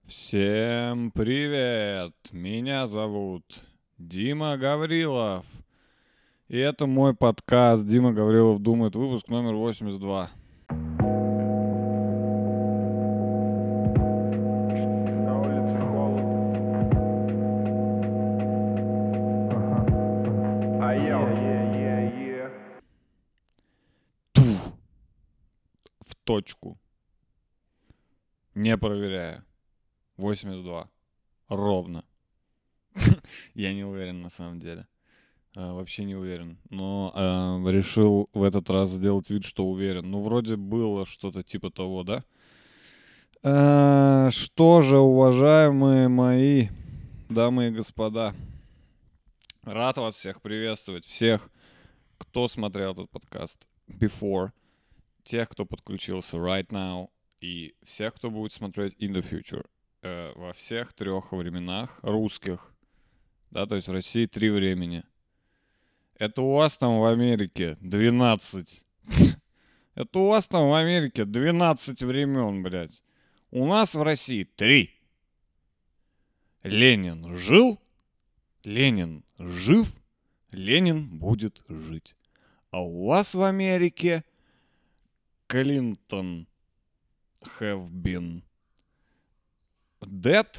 Всем привет! Меня зовут Дима Гаврилов. И это мой подкаст «Дима Гаврилов думает», выпуск номер 82. На улице холодно. А я В точку. Не проверяя. 82. Ровно. Я не уверен на самом деле. Вообще не уверен. Но решил в этот раз сделать вид, что уверен. Ну, вроде было что-то типа того, да? Что же, уважаемые мои дамы и господа, рад вас всех приветствовать. Всех, кто смотрел этот подкаст before, тех, кто подключился right now, и всех, кто будет смотреть in the future. Во всех трех временах русских. Да, то есть в России 3 времени. Это у вас там в Америке 12. Это у вас там в Америке 12 времен, блядь. У нас в России 3. Ленин жил, Ленин жив, Ленин будет жить. А у вас в Америке Клинтон have been dead,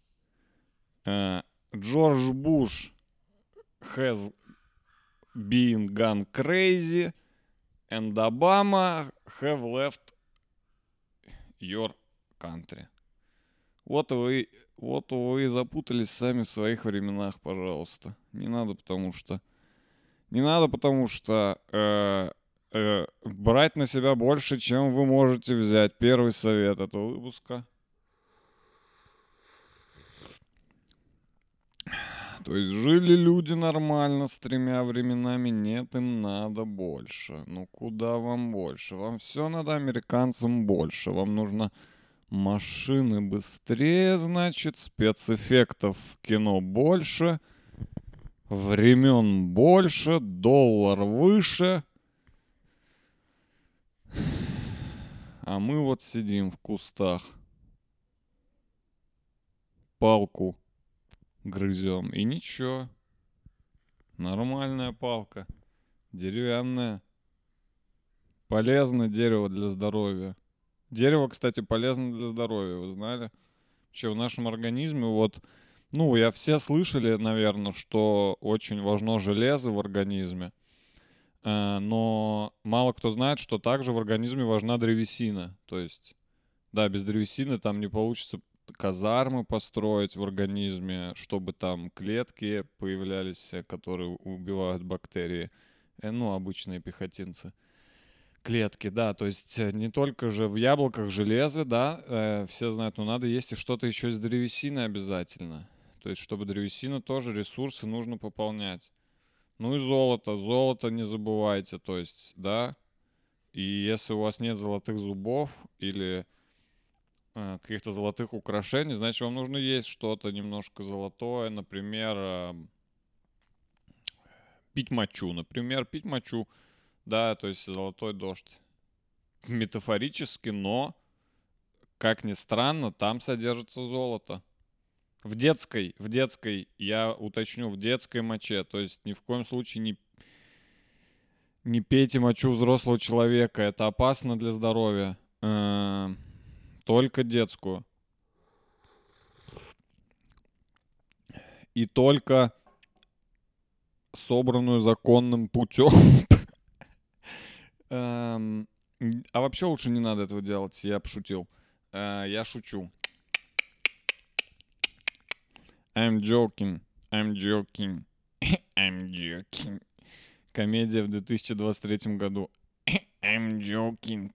Джордж Буш has been gone crazy, and Obama have left your country. Вот вы запутались сами в своих временах, пожалуйста. Не надо, потому что брать на себя больше, чем вы можете взять. Первый совет этого выпуска. То есть жили люди нормально с 3 временами, нет, им надо больше. Ну куда вам больше? Вам все надо американцам больше. Вам нужно машины быстрее, значит, спецэффектов в кино больше, времен больше, доллар выше. А мы вот сидим в кустах, палку грызем, и ничего. Нормальная палка, деревянная. Полезно дерево для здоровья. Дерево, кстати, полезно для здоровья, вы знали? Вообще в нашем организме я все слышали, наверное, что очень важно железо в организме. Но мало кто знает, что также в организме важна древесина. То есть, да, без древесины там не получится казармы построить в организме, чтобы там клетки появлялись, которые убивают бактерии. Обычные пехотинцы. Клетки, да, то есть не только же в яблоках железо, да, все знают, но надо есть и что-то еще из древесины обязательно. То есть, чтобы древесина тоже ресурсы нужно пополнять. Ну и золото не забывайте, то есть, да. И если у вас нет золотых зубов или каких-то золотых украшений, значит, вам нужно есть что-то немножко золотое, например, пить мочу, да, то есть золотой дождь. Метафорически, но, как ни странно, там содержится золото. В детской, я уточню, в детской моче, то есть ни в коем случае не пейте мочу взрослого человека, это опасно для здоровья. Только детскую. И только собранную законным путем. А вообще лучше не надо этого делать, я пошутил. Я шучу. I'm joking. Комедия в 2023 году. I'm joking.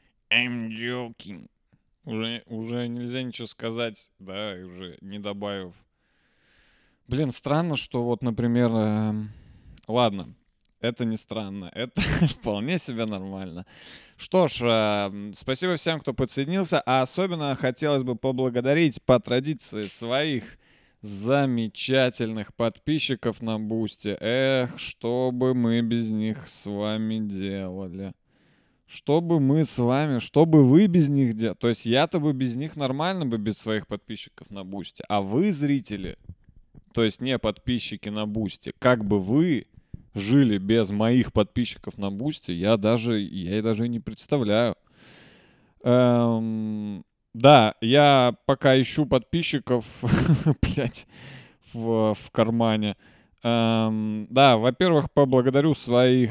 Уже нельзя ничего сказать, да, уже не добавив. Блин, странно, что вот, например... Ладно, это не странно, это вполне себе нормально. Что ж, спасибо всем, кто подсоединился, а особенно хотелось бы поблагодарить по традиции своих замечательных подписчиков на Бусти. Эх, что бы мы без них с вами делали? что бы мы с вами, что бы вы без них делали? То есть я-то бы без них нормально бы, без своих подписчиков на Бусти. А вы, зрители, то есть не подписчики на Бусти, как бы вы жили без моих подписчиков на Бусти, я и даже не представляю. Да, я пока ищу подписчиков, блядь, в кармане. Да, во-первых, поблагодарю своих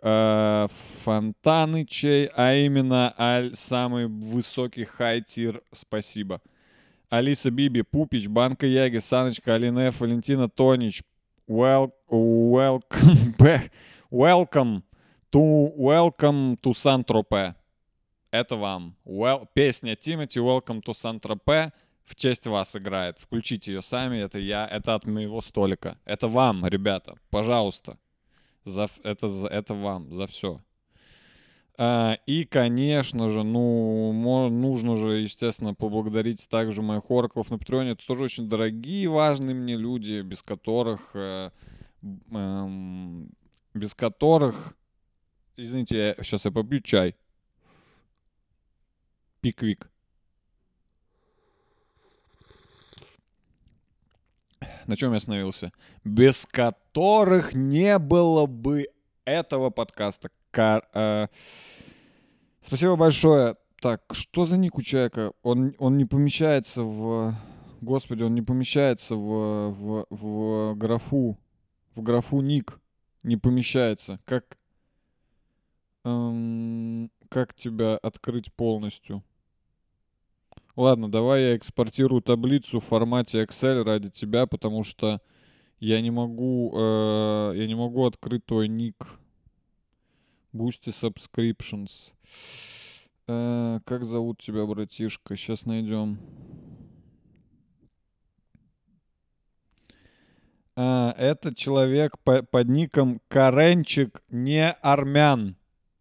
фонтанычей, а именно самый высокий хай-тир спасибо. Алиса Биби, Пупич, Банка Яги, Саночка, Алина Ф, Валентина Тонич, welcome back, welcome to Сан-Тропе. Это вам. Песня Тимати Welcome to Сан-Тропе в честь вас играет. Включите ее сами, это от моего столика. Это вам, ребята, пожалуйста. Это вам, за все. И, конечно же, нужно же, естественно, поблагодарить также моих ораклов на Патреоне. Это тоже очень дорогие, важные мне люди, без которых... Извините, сейчас я попью чай. Пиквик. На чем я остановился? Без которых не было бы этого подкаста. Спасибо большое. Так, что за ник у человека? Он не помещается в... Господи, он не помещается в графу. В графу ник. Не помещается. Как тебя открыть полностью? Ладно, давай я экспортирую таблицу в формате Excel ради тебя, потому что я не могу открыть твой ник. Boosty Subscriptions. Как зовут тебя, братишка? Сейчас найдем. Это человек под ником Каренчик не армян.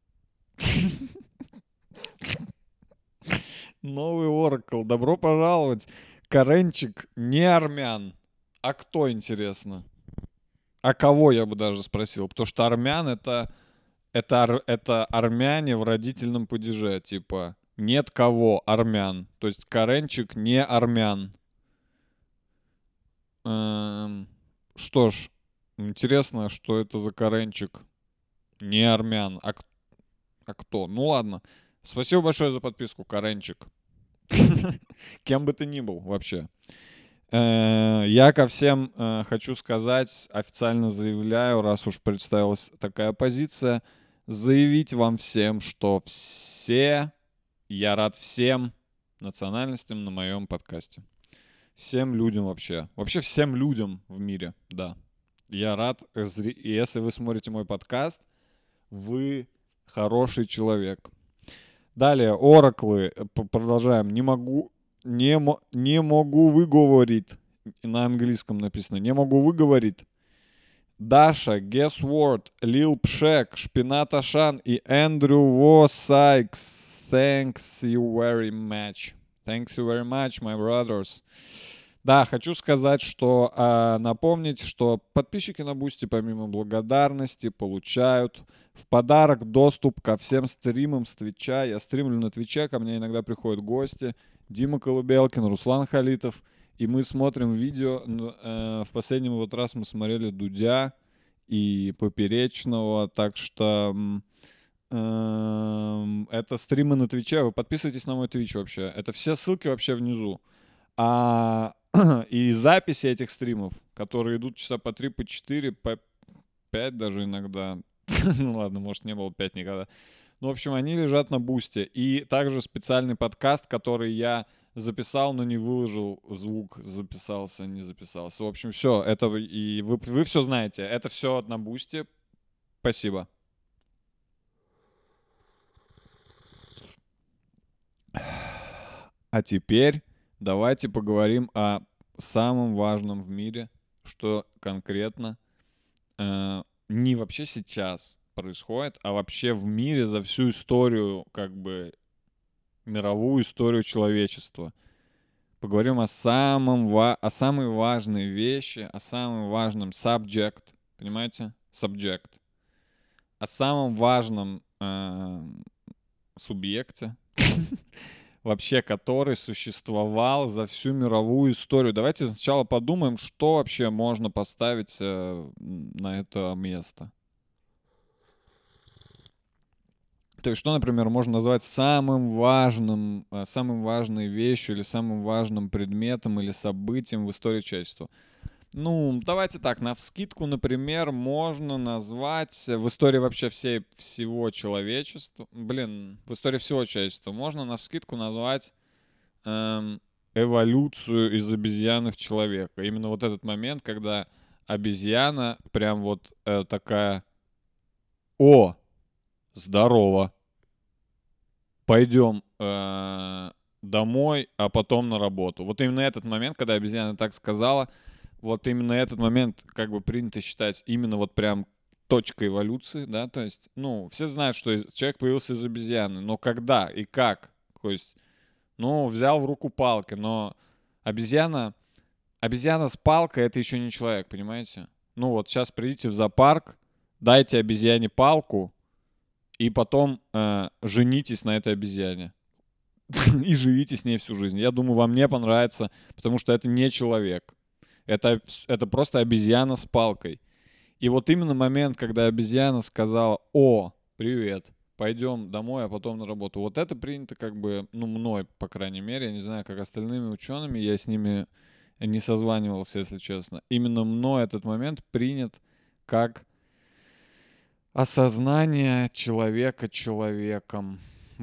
Новый Oracle. Добро пожаловать. Каренчик не армян. А кто, интересно? А кого, я бы даже спросил. Потому что армян это армяне в родительном падеже. Типа, нет кого армян. То есть Каренчик не армян. Что ж, интересно, что это за Каренчик не армян. А кто? Ну ладно. Спасибо большое за подписку, Каренчик. Кем бы ты ни был вообще. Я ко всем хочу сказать, официально заявляю, раз уж представилась такая позиция, заявить вам всем, что я рад всем национальностям на моем подкасте. Всем людям вообще. Вообще всем людям в мире, да. Я рад. Если вы смотрите мой подкаст, вы хороший человек. Далее, ораклы. Продолжаем. Не могу выговорить. На английском написано. Не могу выговорить. Даша, Guess What, Лил Пшек, Шпинат Ашан и Эндрю Во Сайкс. Thanks you very much. Thanks you very much, my brothers. Да, хочу сказать, что напомнить, что подписчики на Бусти помимо благодарности получают в подарок доступ ко всем стримам с Твича. Я стримлю на Твиче, ко мне иногда приходят гости. Дима Колыбелкин, Руслан Халитов. И мы смотрим видео. В последний раз мы смотрели Дудя и Поперечного. Так что это стримы на Твиче. Вы подписывайтесь на мой Твич вообще. Это все ссылки вообще внизу. И записи этих стримов, которые идут часа по 3, по 4, по 5 даже иногда. Ну ладно, может, не было 5 никогда. Ну, в общем, они лежат на Бусте. И также специальный подкаст, который я записал, но не выложил. Звук записался, не записался. В общем, все. Это и вы все знаете. Это все на Бусте. Спасибо. А теперь давайте поговорим о самом важном в мире, что конкретно не вообще сейчас происходит, а вообще в мире за всю историю, как бы мировую историю человечества. Поговорим о самой важной вещи, о самом важном subject, понимаете? Subject. О самом важном субъекте, вообще который существовал за всю мировую историю. Давайте сначала подумаем, что вообще можно поставить на это место. То есть, что, например, можно назвать самым важной вещью или самым важным предметом или событием в истории человечества? Ну, давайте так, навскидку, например, можно назвать в истории вообще всего человечества, в истории всего человечества можно навскидку назвать эволюцию из обезьяны в человека. Именно вот этот момент, когда обезьяна прям вот такая: «О, здорово, пойдем домой, а потом на работу». Вот именно этот момент, когда обезьяна так сказала, вот именно этот момент как бы принято считать именно вот прям точкой эволюции, да, то есть, ну, все знают, что человек появился из обезьяны, но когда и как, то есть, ну, взял в руку палки, но обезьяна с палкой — это еще не человек, понимаете? Ну вот сейчас придите в зоопарк, дайте обезьяне палку, и потом женитесь на этой обезьяне. И живите с ней всю жизнь. Я думаю, вам не понравится, потому что это не человек. Это просто обезьяна с палкой. И вот именно момент, когда обезьяна сказала: «О, привет, пойдем домой, а потом на работу». Вот это принято как бы, ну, мной, по крайней мере, я не знаю, как остальными учеными, я с ними не созванивался, если честно. Именно мной этот момент принят как осознание человека человеком.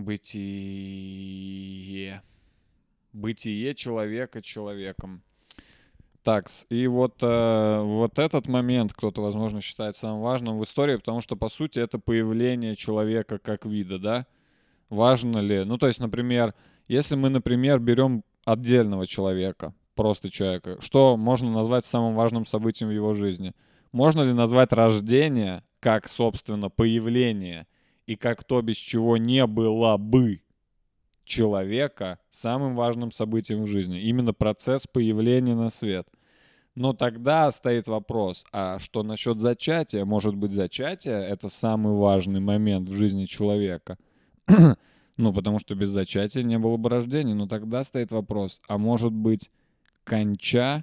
Бытие человека человеком. Такс. И вот этот момент кто-то, возможно, считает самым важным в истории, потому что, по сути, это появление человека как вида, да? Важно ли? Ну, то есть, например, если мы, например, берем отдельного человека, просто человека, что можно назвать самым важным событием в его жизни? Можно ли назвать рождение как, собственно, появление и как то, без чего не было бы человека, самым важным событием в жизни? Именно процесс появления на свет. Но тогда стоит вопрос, а что насчет зачатия? Может быть, зачатие — это самый важный момент в жизни человека? Ну, потому что без зачатия не было бы рождения. Но тогда стоит вопрос, а может быть, кончание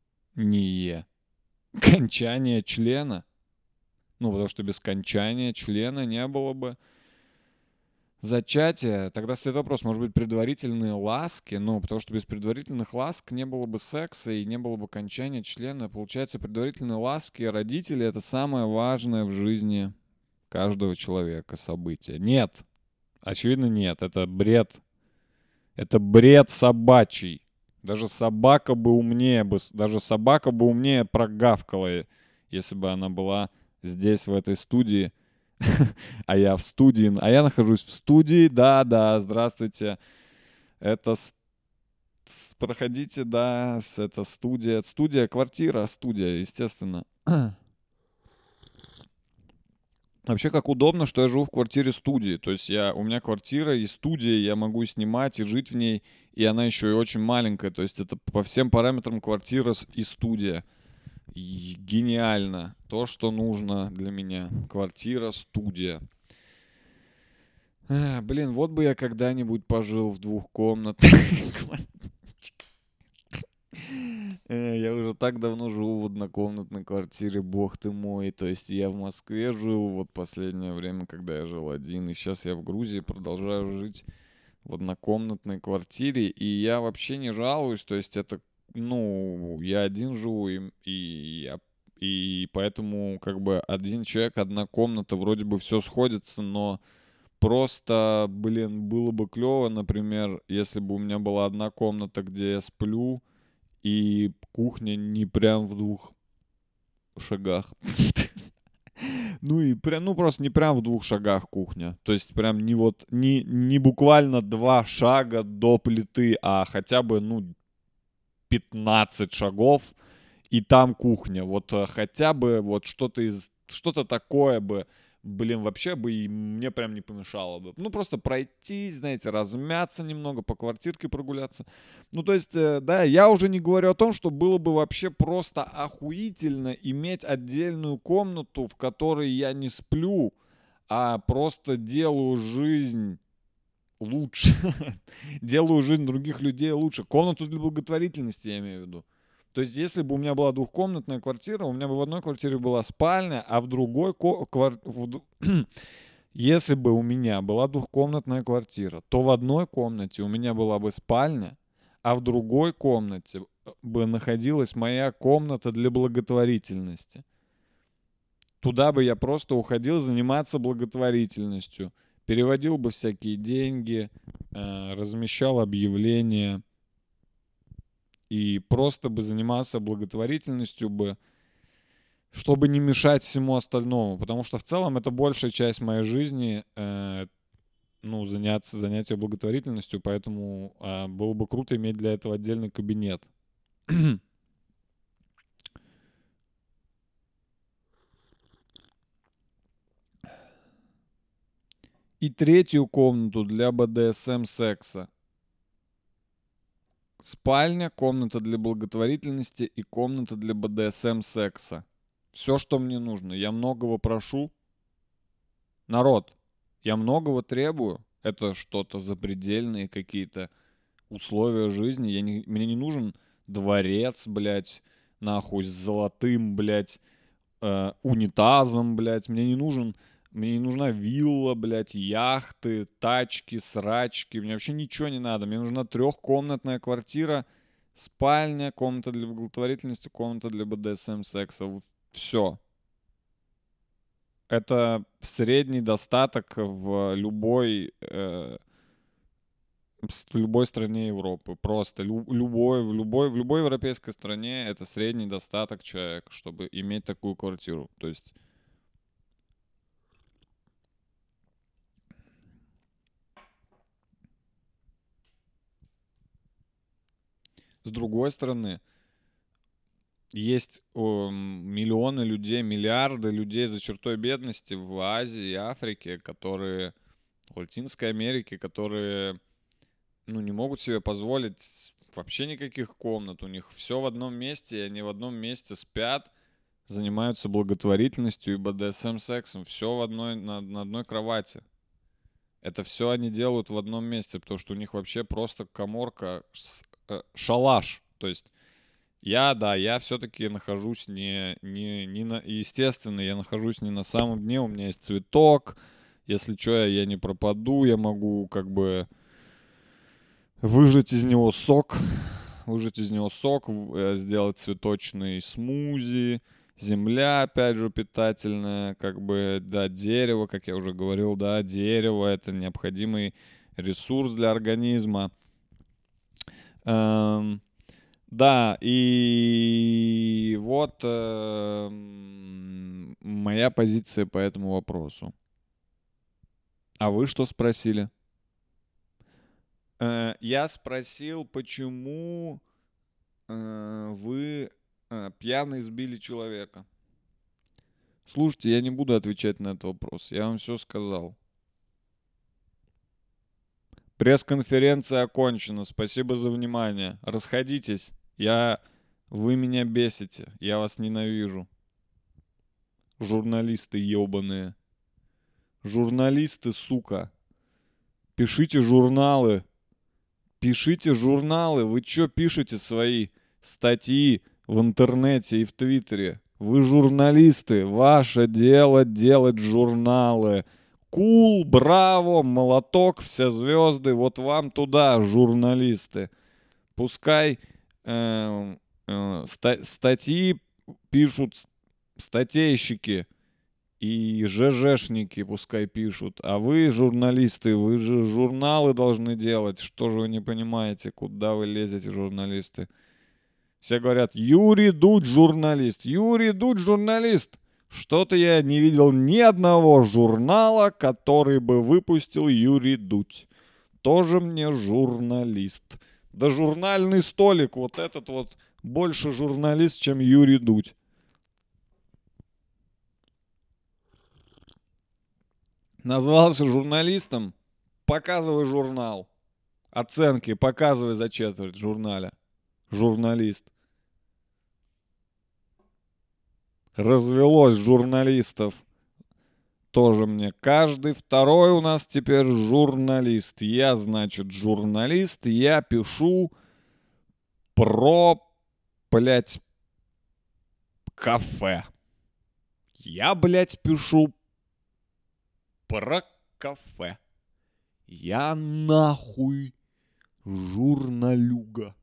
члена? Ну, потому что без кончания члена не было бы зачатия. Тогда стоит вопрос, может быть, предварительные ласки? Ну, потому что без предварительных ласк не было бы секса и не было бы кончания члена. Получается, предварительные ласки родителей — это самое важное в жизни каждого человека событие. Нет. Очевидно, нет. Это бред. Это бред собачий. Даже собака бы умнее прогавкала, если бы она была здесь, в этой студии. А я нахожусь в студии. Да, здравствуйте. Проходите, да, это студия, квартира, студия, естественно. Вообще, как удобно, что я живу в квартире-студии. То есть у меня квартира и студия, я могу снимать и жить в ней, и она еще и очень маленькая. То есть это по всем параметрам квартира и студия. И гениально. То, что нужно для меня. Квартира, студия. Вот бы я когда-нибудь пожил в двухкомнатной квартире. Я уже так давно живу в однокомнатной квартире, бог ты мой. То есть я в Москве жил вот последнее время, когда я жил один. И сейчас я в Грузии продолжаю жить в однокомнатной квартире. И я вообще не жалуюсь. То есть это, ну, я один живу, и поэтому как бы один человек, одна комната, вроде бы все сходится, но просто, было бы клево, например, если бы у меня была одна комната, где я сплю, и кухня не прям в 2 шагах. Просто не прям в 2 шагах кухня. То есть прям не буквально 2 шага до плиты, а хотя бы, 15 шагов, и там кухня. Вот хотя бы вот что-то такое бы, вообще бы и мне прям не помешало бы. Ну, просто пройтись, знаете, размяться немного, по квартирке прогуляться. Ну, то есть, да, я уже не говорю о том, что было бы вообще просто охуительно иметь отдельную комнату, в которой я не сплю, а просто делаю жизнь лучше. Делаю жизнь других людей лучше. Комнату для благотворительности, я имею в виду. То есть, если бы у меня была двухкомнатная квартира, у меня бы в одной квартире была спальня, а в другой если бы у меня была двухкомнатная квартира, то в одной комнате у меня была бы спальня, а в другой комнате бы находилась моя комната для благотворительности. Туда бы я просто уходил заниматься благотворительностью, переводил бы всякие деньги, размещал объявления и просто бы занимался благотворительностью бы, чтобы не мешать всему остальному, потому что в целом это большая часть моей жизни, занятие благотворительностью, поэтому было бы круто иметь для этого отдельный кабинет. И третью комнату для БДСМ секса. Спальня, комната для благотворительности и комната для БДСМ секса. Все, что мне нужно. Я многого прошу. Народ, я многого требую. Это что-то запредельные какие-то условия жизни. Мне не нужен дворец, блядь, нахуй, с золотым, блядь, унитазом, блядь. Мне не нужна вилла, блядь, яхты, тачки, срачки. Мне вообще ничего не надо. Мне нужна трехкомнатная квартира, спальня, комната для благотворительности, комната для БДСМ секса. Все. Это средний достаток в любой стране Европы. Просто в любой европейской стране это средний достаток человека, чтобы иметь такую квартиру. То есть с другой стороны, есть миллионы людей, миллиарды людей за чертой бедности в Азии и Африке, в Латинской Америке, которые, не могут себе позволить вообще никаких комнат. У них все в одном месте, и они в одном месте спят, занимаются благотворительностью и БДСМ-сексом. Все на одной кровати. Это все они делают в одном месте, потому что у них вообще просто каморка, шалаш. То есть я все-таки нахожусь естественно, я нахожусь не на самом дне, у меня есть цветок, если что, я не пропаду, я могу как бы выжать из него сок, сделать цветочный смузи, земля, опять же, питательная, как бы, да, дерево, как я уже говорил, да, дерево — это необходимый ресурс для организма. Да, и вот моя позиция по этому вопросу. А вы что спросили? Я спросил, почему вы пьяно избили человека. Слушайте, я не буду отвечать на этот вопрос. Я вам все сказал. Пресс-конференция окончена. Спасибо за внимание. Расходитесь. Вы меня бесите. Я вас ненавижу. Журналисты ебаные. Журналисты, сука. Пишите журналы. Вы чё пишете свои статьи в интернете и в Твиттере? Вы журналисты. Ваше дело делать журналы. Кул, браво, молоток, все звезды. Вот вам туда, журналисты. Пускай статьи пишут статейщики и ЖЖшники пускай пишут. А вы, журналисты, вы же журналы должны делать. Что же вы не понимаете, куда вы лезете, журналисты? Все говорят, Юрий Дудь журналист. Юрий Дудь журналист. Что-то я не видел ни одного журнала, который бы выпустил Юрий Дудь. Тоже мне журналист. Да журнальный столик, вот этот вот, больше журналист, чем Юрий Дудь. Назвался журналистом? Показывай журнал. Оценки показывай за четверть в журнале. Журналист. Развелось журналистов. тоже мне. Каждый второй у нас теперь журналист. Я, значит, журналист. Я пишу про, блядь, кафе. Я, блядь, пишу про кафе. Я нахуй журналюга.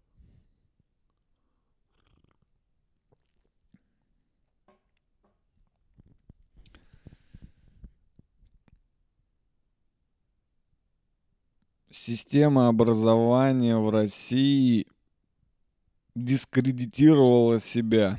Система образования в России дискредитировала себя.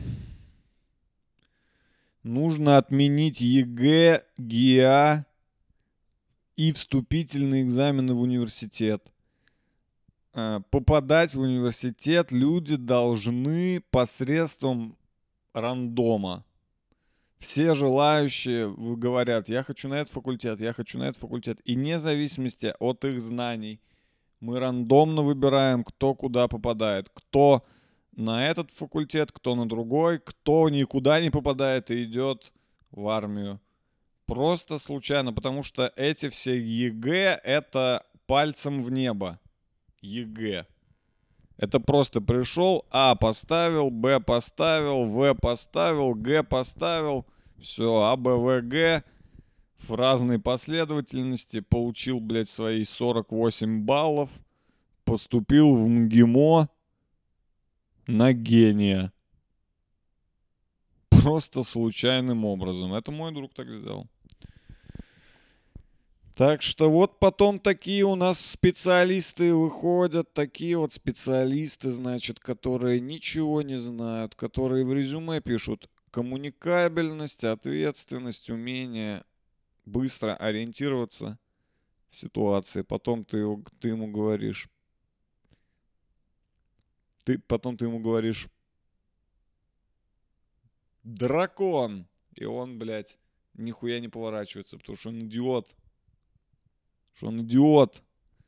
Нужно отменить ЕГЭ, ГИА и вступительные экзамены в университет. Попадать в университет люди должны посредством рандома. Все желающие говорят, я хочу на этот факультет, я хочу на этот факультет. И вне зависимости от их знаний мы рандомно выбираем, кто куда попадает. Кто на этот факультет, кто на другой, кто никуда не попадает и идет в армию. Просто случайно, потому что эти все ЕГЭ — это пальцем в небо. ЕГЭ. Это просто пришел, А поставил, Б поставил, В поставил, Г поставил. Все, А, Б, В, Г в разной последовательности. Получил, блядь, свои 48 баллов. Поступил в МГИМО на гения. Просто случайным образом. Это мой друг так сделал. Так что вот потом такие у нас специалисты выходят, такие вот специалисты, значит, которые ничего не знают, которые в резюме пишут коммуникабельность, ответственность, умение быстро ориентироваться в ситуации. Потом ты ему говоришь, потом ты ему говоришь дракон, и он, блядь, нихуя не поворачивается, потому что он идиот. Что он идиот.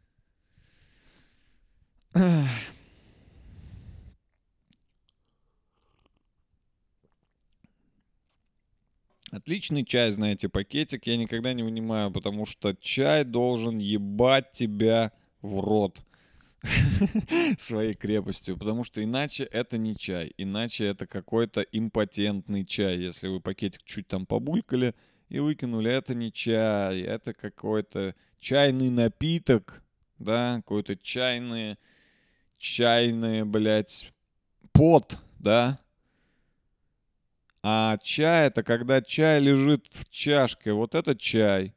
Отличный чай, знаете, пакетик я никогда не вынимаю, потому что чай должен ебать тебя в рот своей крепостью, потому что иначе это не чай, иначе это какой-то импотентный чай. Если вы пакетик чуть там побулькали и выкинули, это не чай, это какой-то чайный напиток, да, какой-то чайный, блядь, пот, да. А чай — это когда чай лежит в чашке. Вот это чай.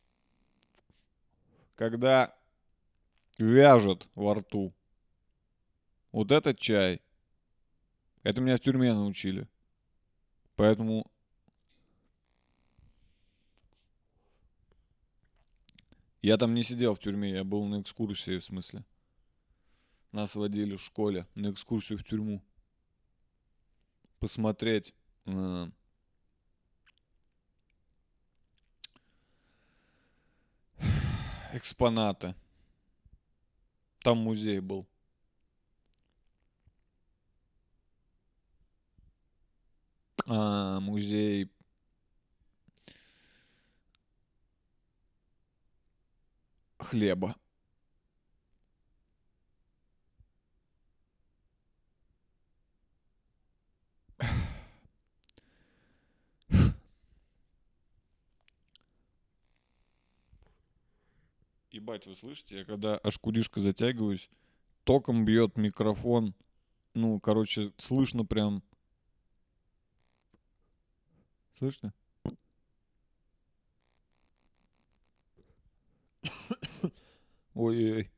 Когда вяжет во рту. Вот это чай. Это меня в тюрьме научили. Поэтому я там не сидел в тюрьме, я был на экскурсии, в смысле. Нас водили в школе на экскурсию в тюрьму. Посмотреть экспонаты. Там музей был. Музей хлеба. Ебать, вы слышите? Я когда аж кудишко затягиваюсь, током бьет микрофон. Ну, короче, слышно прям. Слышно? Ой-ой-ой.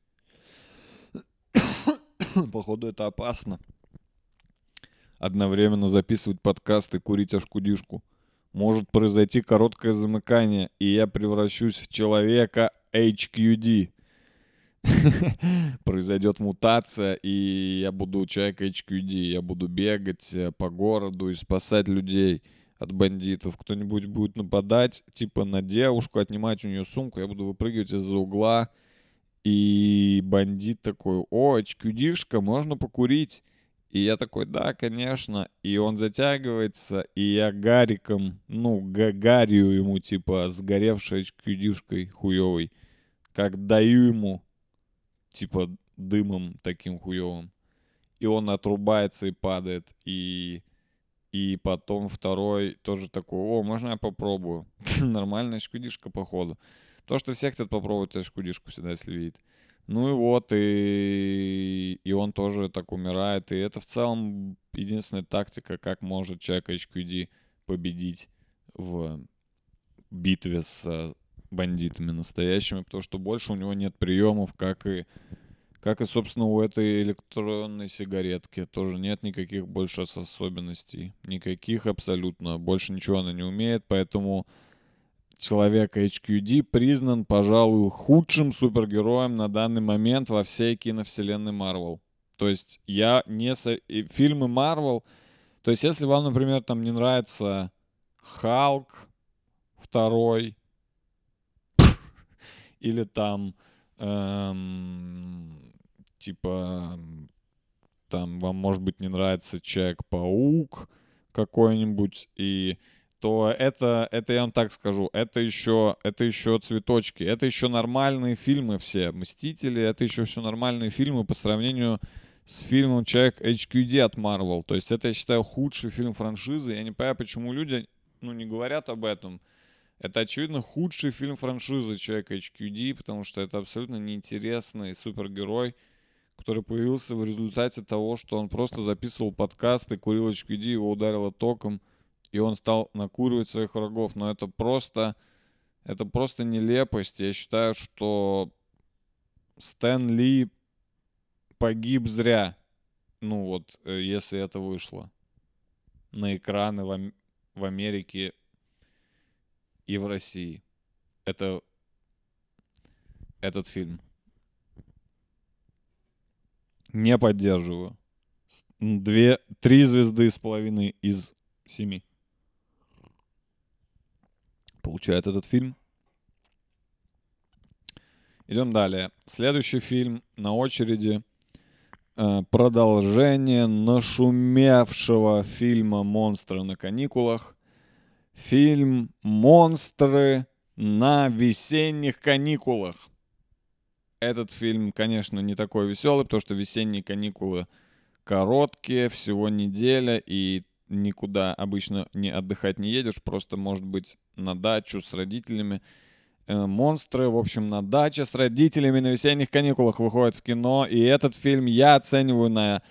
Походу, это опасно. Одновременно записывать подкаст и курить аж кудишку. Может произойти короткое замыкание, и я превращусь в человека HQD. Произойдет мутация, и я буду человек HQD. Я буду бегать по городу и спасать людей от бандитов. Кто-нибудь будет нападать, типа на девушку, отнимать у нее сумку. Я буду выпрыгивать из-за угла. И бандит такой: о, HQD-шка, можно покурить. И я такой, да, конечно. И он затягивается, и я гариком, гарью ему, типа, сгоревшей HQD-шкой хуёвой, как даю ему, типа, дымом таким хуёвым. И он отрубается и падает. И потом второй тоже такой, о, можно я попробую? Нормальная HQD-шка, походу. То, что все хотят попробовать HQD-шку всегда, если видит. Ну и вот, и он тоже так умирает. И это в целом единственная тактика, как может человек HQD победить в битве с бандитами настоящими, потому что больше у него нет приемов, как и, собственно, у этой электронной сигаретки. Тоже нет никаких больше особенностей. Никаких абсолютно. Больше ничего она не умеет, поэтому человек HQD признан, пожалуй, худшим супергероем на данный момент во всей киновселенной Марвел. То есть я не... и фильмы Марвел... То есть если вам, например, там не нравится Халк второй, или там типа там вам, может быть, не нравится Человек-паук какой-нибудь, то это я вам так скажу, это еще цветочки, это еще нормальные фильмы все, Мстители, это еще все нормальные фильмы по сравнению с фильмом Человек HQD от Marvel. То есть это, я считаю, худший фильм франшизы. Я не понимаю, почему люди, не говорят об этом. Это, очевидно, худший фильм франшизы Человек HQD, потому что это абсолютно неинтересный супергерой, который появился в результате того, что он просто записывал подкасты, курил HQD, его ударило током, и он стал накуривать своих врагов. Но это просто нелепость. Я считаю, что Стэн Ли погиб зря. Если это вышло на экраны в Америке и в России. Этот фильм. Не поддерживаю. 3 звезды с половиной из 7 получает этот фильм. Идем далее. Следующий фильм на очереди. Продолжение нашумевшего фильма «Монстры на каникулах». Фильм «Монстры на весенних каникулах». Этот фильм, конечно, не такой веселый, потому что весенние каникулы короткие, всего неделя, и никуда обычно не отдыхать не едешь, просто, может быть, на дачу с родителями. «Монстры», в общем, на даче с родителями на весенних каникулах выходят в кино, и этот фильм я оцениваю на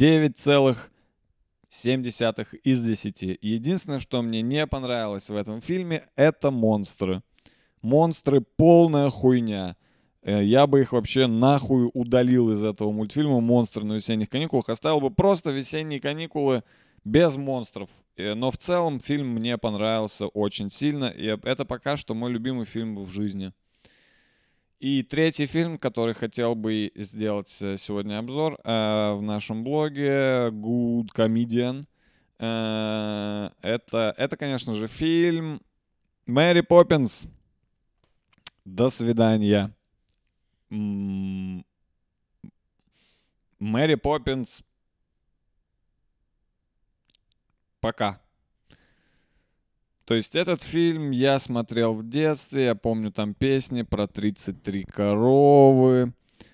9,7 из 10. Единственное, что мне не понравилось в этом фильме, это монстры. Монстры — полная хуйня. Я бы их вообще нахуй удалил из этого мультфильма «Монстры на весенних каникулах». Оставил бы просто «Весенние каникулы» без монстров. Но в целом фильм мне понравился очень сильно. И это пока что мой любимый фильм в жизни. И третий фильм, который хотел бы сделать сегодня обзор в нашем блоге Good Comedian. Это, конечно же, фильм «Мэри Поппинс». До свидания. Мэри Поппинс. Пока. То есть этот фильм я смотрел в детстве. Я помню там песни про 33 коровы,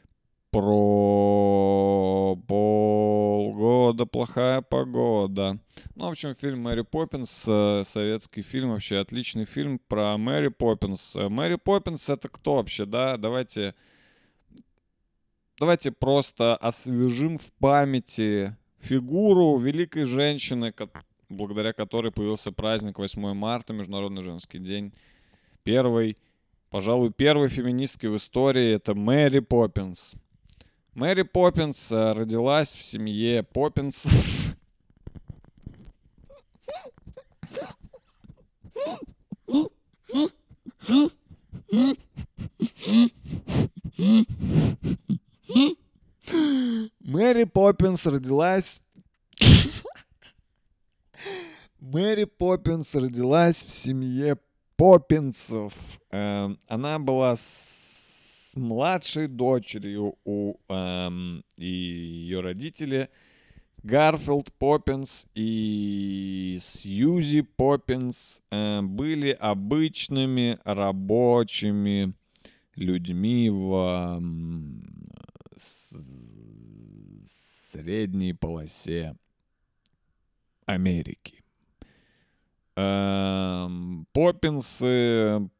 про полгода плохая погода. В общем, фильм «Мэри Поппинс», советский фильм, вообще отличный фильм про Мэри Поппинс. Мэри Поппинс — это кто вообще, да? Давайте просто освежим в памяти фигуру великой женщины, благодаря которой появился праздник 8 марта, Международный женский день. Пожалуй, первой феминисткой в истории — это Мэри Поппинс. Мэри Поппинс родилась в семье Поппинсов. Мэри Поппинс родилась в семье Поппинсов. Она была с младшей дочерью и ее родители Гарфилд Поппинс и Сьюзи Поппинс были обычными рабочими людьми в средней полосе Америки. Поппинсы,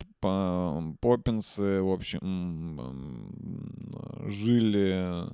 в общем, жили,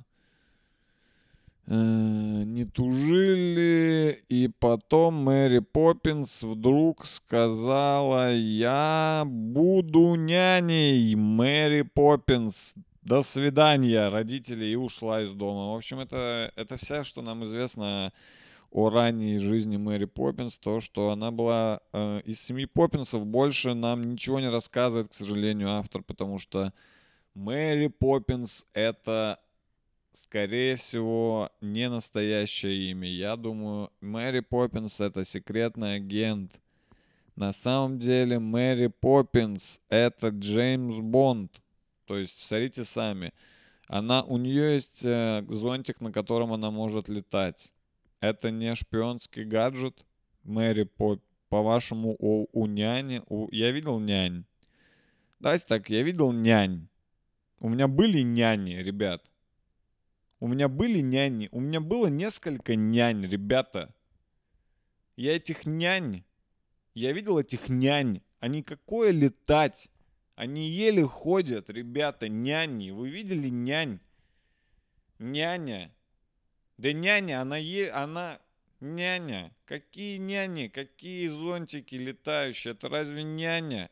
не тужили, и потом Мэри Поппинс вдруг сказала: «Я буду няней, Мэри Поппинс, до свидания», родителей, и ушла из дома. В общем, это все, что нам известно о ранней жизни Мэри Поппинс, то, что она была из семьи Поппинсов. Больше нам ничего не рассказывает, к сожалению, автор, потому что Мэри Поппинс — это, скорее всего, не настоящее имя. Я думаю, Мэри Поппинс — это секретный агент. На самом деле Мэри Поппинс — это Джеймс Бонд. То есть, смотрите сами. У нее есть зонтик, на котором она может летать. Это не шпионский гаджет, Мэри по-вашему, у няни. Я видел нянь. Давайте так, я видел нянь. У меня были няни, ребят. У меня были няни. У меня было несколько нянь, ребята. Я видел этих нянь. Они какое летать. Они еле ходят, ребята, няни. Вы видели нянь? Няня. Да няня, она... Няня. Какие няни? Какие зонтики летающие? Это разве няня?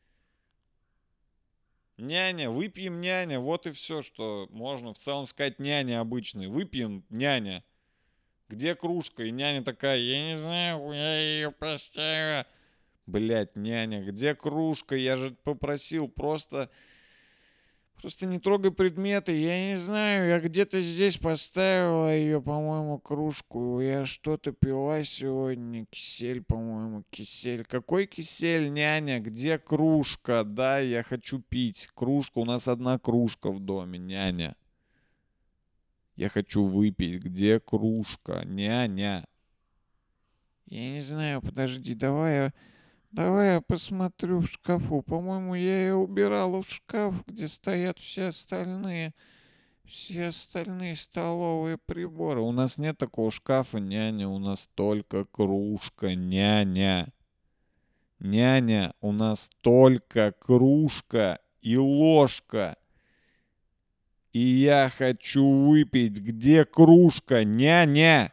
Няня, выпьем няня. Вот и все, что можно в целом сказать няня обычный. Выпьем няня. Где кружка? И няня такая: я не знаю, я ее поставила. Блять, няня, где кружка? Я же попросил, просто не трогай предметы. Я не знаю, я где-то здесь поставила ее, по-моему, кружку. Я что-то пила сегодня. Кисель, по-моему, кисель. Какой кисель, няня? Где кружка? Да, я хочу пить. Кружка, у нас одна кружка в доме, няня. Я хочу выпить. Где кружка? Няня. Я не знаю, подожди, давай я посмотрю в шкафу. По-моему, я ее убирала в шкаф, где стоят все остальные столовые приборы. У нас нет такого шкафа, няня. У нас только кружка, няня. Няня, у нас только кружка и ложка. И я хочу выпить. Где кружка, няня?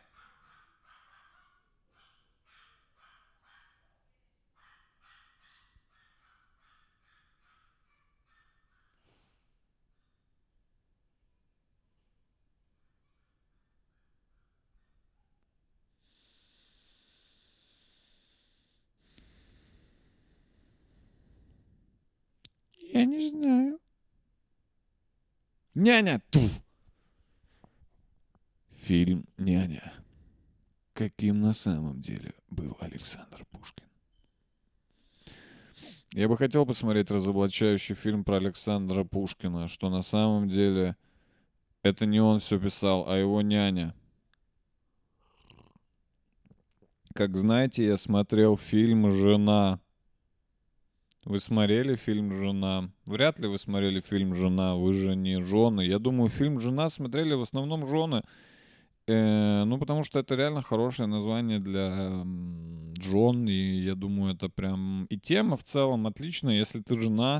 Я не знаю. Няня! Фильм «Няня». Каким на самом деле был Александр Пушкин? Я бы хотел посмотреть разоблачающий фильм про Александра Пушкина, что на самом деле это не он все писал, а его няня. Как знаете, я смотрел фильм «Жена». Вы смотрели фильм «Жена»? Вряд ли вы смотрели фильм «Жена», вы же не жены. Я думаю, фильм «Жена» смотрели в основном жены. Ну, потому что это реально хорошее название для Джон, и я думаю, это прям... И тема в целом отличная. Если ты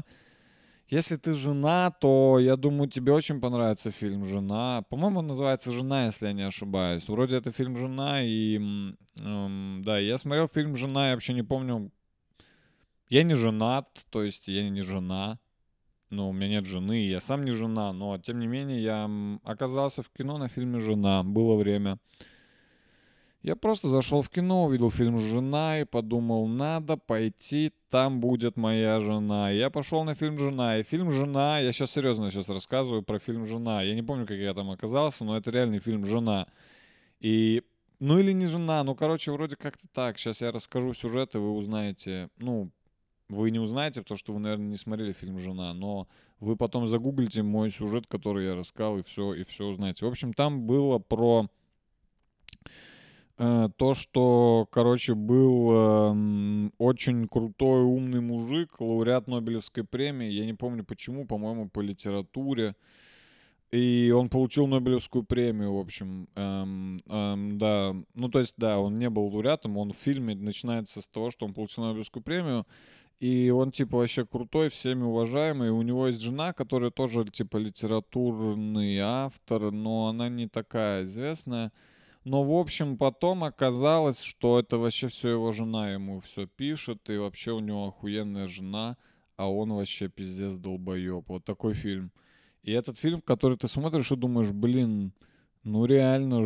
жена, то, я думаю, тебе очень понравится фильм «Жена». По-моему, он называется «Жена», если я не ошибаюсь. Вроде это фильм «Жена», и... да, я смотрел фильм «Жена», я вообще не помню... Я не женат, то есть я не жена. Ну, у меня нет жены, я сам не жена, но, тем не менее, я оказался в кино на фильме «Жена». Было время. Я просто зашел в кино, увидел фильм «Жена» и подумал, надо пойти, там будет моя жена. Я пошел на фильм «Жена», и фильм «Жена», я сейчас серьезно рассказываю про фильм «Жена». Я не помню, как я там оказался, но это реальный фильм «Жена». И, ну или не жена, ну, короче, вроде как-то так. Сейчас я расскажу сюжет, и вы узнаете, ну, вы не узнаете, потому что вы, наверное, не смотрели фильм «Жена», но вы потом загуглите мой сюжет, который я рассказал, и все узнаете. В общем, там было про То, что, короче, был очень крутой, умный мужик, лауреат Нобелевской премии. Я не помню почему, по-моему, по литературе. И он получил Нобелевскую премию, в общем. Да, ну то есть, да, он не был лауреатом, он в фильме начинается с того, что он получил Нобелевскую премию, и он, типа, вообще крутой, всеми уважаемый. У него есть жена, которая тоже, типа, литературный автор, но она не такая известная. Но, в общем, потом оказалось, что это вообще все его жена ему все пишет, и вообще у него охуенная жена, а он вообще пиздец долбоеб. Вот такой фильм. И этот фильм, который ты смотришь и думаешь, блин, ну реально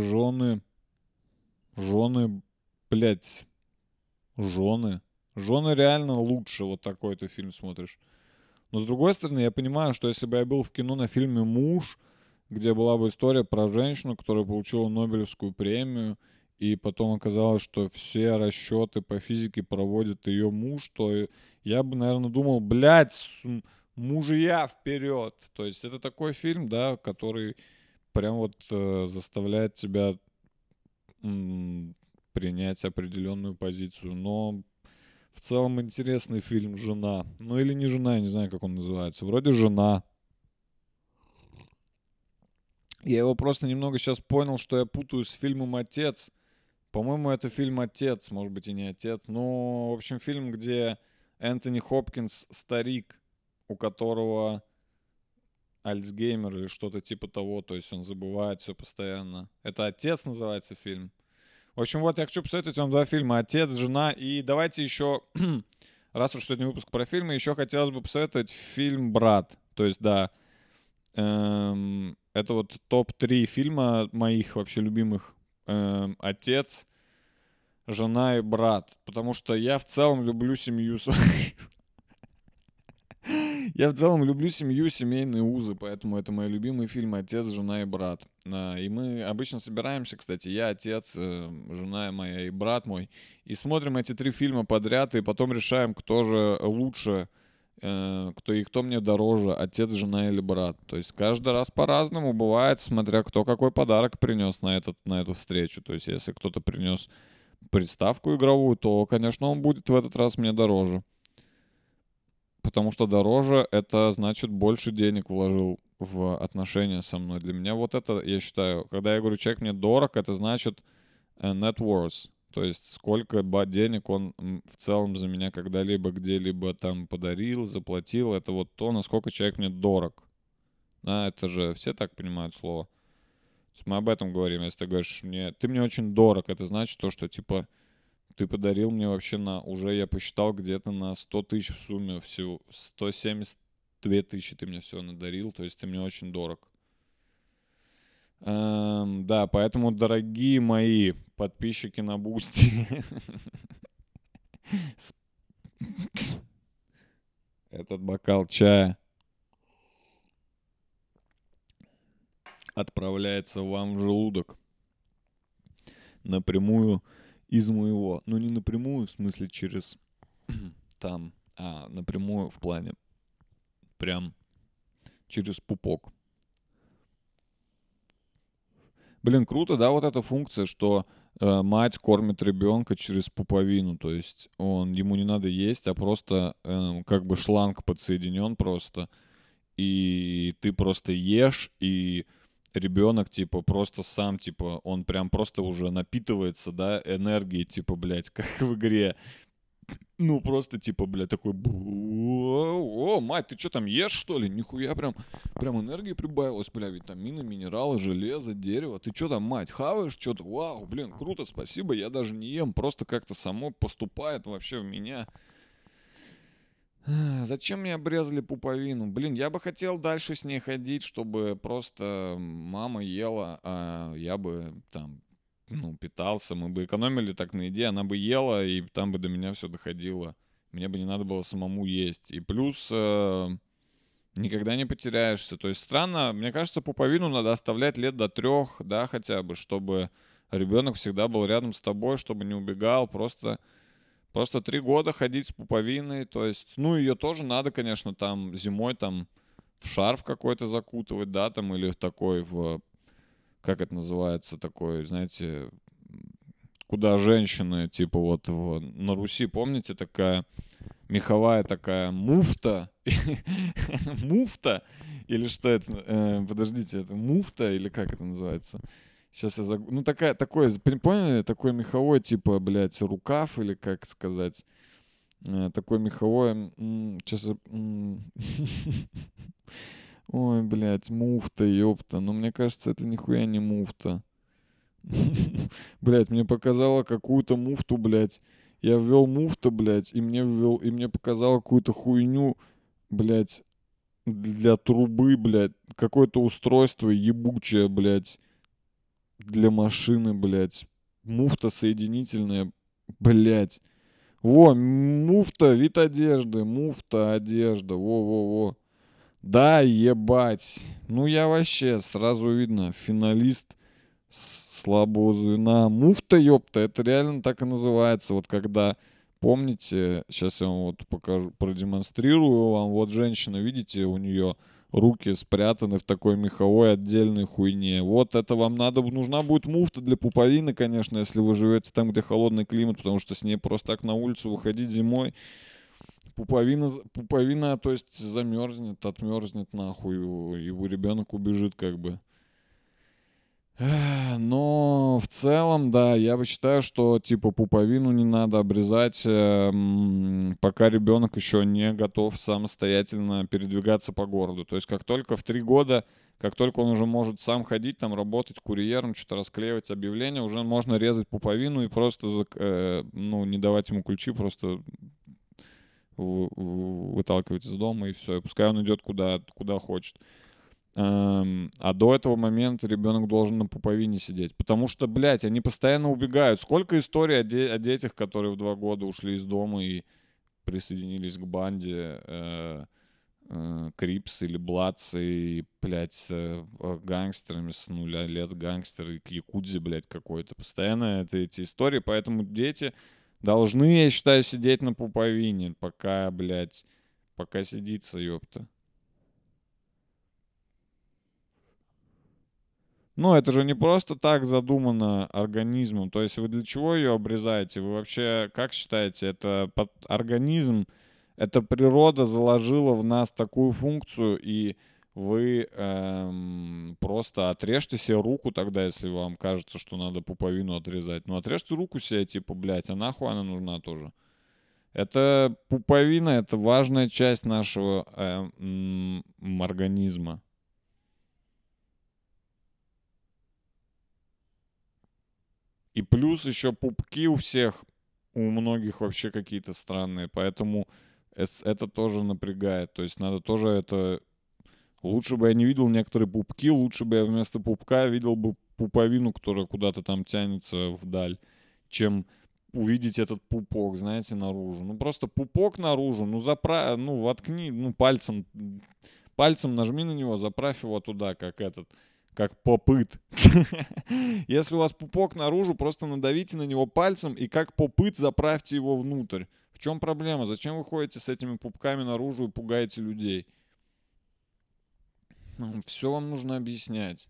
жены, блядь, жены. Жены реально лучше, вот такой ты фильм смотришь. Но с другой стороны, я понимаю, что если бы я был в кино на фильме «Муж», где была бы история про женщину, которая получила Нобелевскую премию, и потом оказалось, что все расчеты по физике проводит ее муж, то я бы, наверное, думал, блядь, мужья вперед. То есть это такой фильм, да, который прям вот заставляет тебя принять определенную позицию. Но в целом интересный фильм «Жена». Ну или не «Жена», я не знаю, как он называется. Вроде «Жена». Я его просто немного сейчас понял, что я путаю с фильмом «Отец». По-моему, это фильм «Отец», может быть, и не «Отец». Ну, в общем, фильм, где Энтони Хопкинс старик, у которого Альцгеймер или что-то типа того, то есть он забывает все постоянно. Это «Отец» называется фильм. В общем, вот я хочу посоветовать вам два фильма: «Отец», «Жена». И давайте еще, раз уж сегодня выпуск про фильмы, еще хотелось бы посоветовать фильм «Брат». То есть, да, это вот топ-3 фильма моих вообще любимых. «Отец», «Жена» и «Брат». Потому что я в целом люблю семью свою. Я в целом люблю семью, семейные узы, поэтому это мои любимые фильмы «Отец», «Жена» и «Брат». И мы обычно собираемся, кстати, я, отец, жена моя и брат мой, и смотрим эти три фильма подряд, и потом решаем, кто же лучше, кто мне дороже, отец, жена или брат. То есть каждый раз по-разному бывает, смотря кто какой подарок принес на эту встречу. То есть если кто-то принес приставку игровую, то, конечно, он будет в этот раз мне дороже. Потому что дороже — это значит больше денег вложил в отношения со мной. Для меня вот это, я считаю, когда я говорю, человек мне дорог, это значит net worth. То есть сколько денег он в целом за меня когда-либо где-либо там подарил, заплатил. Это вот то, насколько человек мне дорог. Да, это же все так понимают слово. То есть мы об этом говорим. Если ты говоришь мне, ты мне очень дорог, это значит то, что типа ты подарил мне вообще уже я посчитал, где-то на 100 тысяч в сумме всего. 172 тысячи ты мне всего надарил, то есть ты мне очень дорог. Да, поэтому, дорогие мои подписчики на Бусти, этот бокал чая отправляется вам в желудок напрямую из моего. Ну, не напрямую, в смысле через там, а напрямую в плане прям через пупок. Блин, круто, да, вот эта функция, что мать кормит ребенка через пуповину, то есть ему не надо есть, а просто как бы шланг подсоединен просто, и ты просто ешь, и ребенок, типа, просто сам, типа, он прям просто уже напитывается, да, энергией, типа, блядь, как в игре. Ну, просто, типа, блядь, такой, о, мать, ты что там ешь, что ли? Нихуя, прям энергии прибавилось, бля, витамины, минералы, железо, дерево. Ты что там, мать, хаваешь что-то? Вау, блин, круто, спасибо, я даже не ем, просто как-то само поступает вообще в меня. Зачем мне обрезали пуповину? Блин, я бы хотел дальше с ней ходить, чтобы просто мама ела, а я бы там, ну, питался, мы бы экономили так на еде, она бы ела, и там бы до меня все доходило. Мне бы не надо было самому есть. И плюс никогда не потеряешься. То есть странно, мне кажется, пуповину надо оставлять лет до 3, да, хотя бы, чтобы ребенок всегда был рядом с тобой, чтобы не убегал, Просто 3 года ходить с пуповиной, то есть, ну, ее тоже надо, конечно, там зимой там в шарф какой-то закутывать, да, там, или в такой, как это называется, такой, знаете, куда женщины, типа вот на Руси, помните, такая меховая такая муфта, муфта, или что это, подождите, это муфта, или как это называется? Сейчас ну такое, поняли, такой меховой, типа, блядь, рукав, или как сказать, такое меховое, сейчас, ой, блядь, муфта, ёпта, но мне кажется, это нихуя не муфта. Блядь, мне показало какую-то муфту, блядь. Я ввел муфта, блядь, и мне показало какую-то хуйню, блядь, для трубы, блядь. Какое-то устройство ебучее, блядь, для машины, блядь. Муфта соединительная, блядь. Во, муфта, вид одежды, муфта, одежда, во-во-во. Да, ебать. Ну я вообще, сразу видно, финалист слабого звена. Муфта, ёпта, это реально так и называется. Вот когда, помните, сейчас я вам вот покажу, продемонстрирую вам. Вот женщина, видите, у нее руки спрятаны в такой меховой отдельной хуйне. Вот это вам нужна будет муфта для пуповины, конечно, если вы живете там, где холодный климат, потому что с ней просто так на улицу выходить зимой. Пуповина, то есть замерзнет, отмерзнет нахуй, и ребенок убежит как бы. Но в целом, да, я бы считаю, что типа пуповину не надо обрезать, пока ребенок еще не готов самостоятельно передвигаться по городу. То есть как только в 3 года, как только он уже может сам ходить, там работать курьером, что-то расклеивать объявления, уже можно резать пуповину и просто, ну, не давать ему ключи, просто выталкивать из дома и все. И пускай он идет куда хочет. А до этого момента ребенок должен на пуповине сидеть. Потому что, блядь, они постоянно убегают. Сколько историй о детях, которые в 2 года ушли из дома и присоединились к банде Крипс или Бладс и, блядь, гангстерами с 0 лет, гангстеры к якудзе, блядь, какой-то. Постоянно это эти истории. Поэтому дети должны, я считаю, сидеть на пуповине, пока, блядь, пока сидится, ёпта. Ну, это же не просто так задумано организмом. То есть вы для чего ее обрезаете? Вы вообще как считаете, это организм, это природа заложила в нас такую функцию, и вы просто отрежьте себе руку тогда, если вам кажется, что надо пуповину отрезать. Ну, отрежьте руку себе, типа, блядь, а нахуй она нужна тоже? Это пуповина, это важная часть нашего организма. И плюс еще пупки у всех, у многих вообще какие-то странные, поэтому это тоже напрягает. То есть надо тоже это... Лучше бы я не видел некоторые пупки, лучше бы я вместо пупка видел бы пуповину, которая куда-то там тянется вдаль, чем увидеть этот пупок, знаете, наружу. Ну просто пупок наружу, ну воткни, ну пальцем нажми на него, заправь его туда, как попыт. Если у вас пупок наружу, просто надавите на него пальцем и как попыт заправьте его внутрь. В чем проблема? Зачем вы ходите с этими пупками наружу и пугаете людей? Все вам нужно объяснять.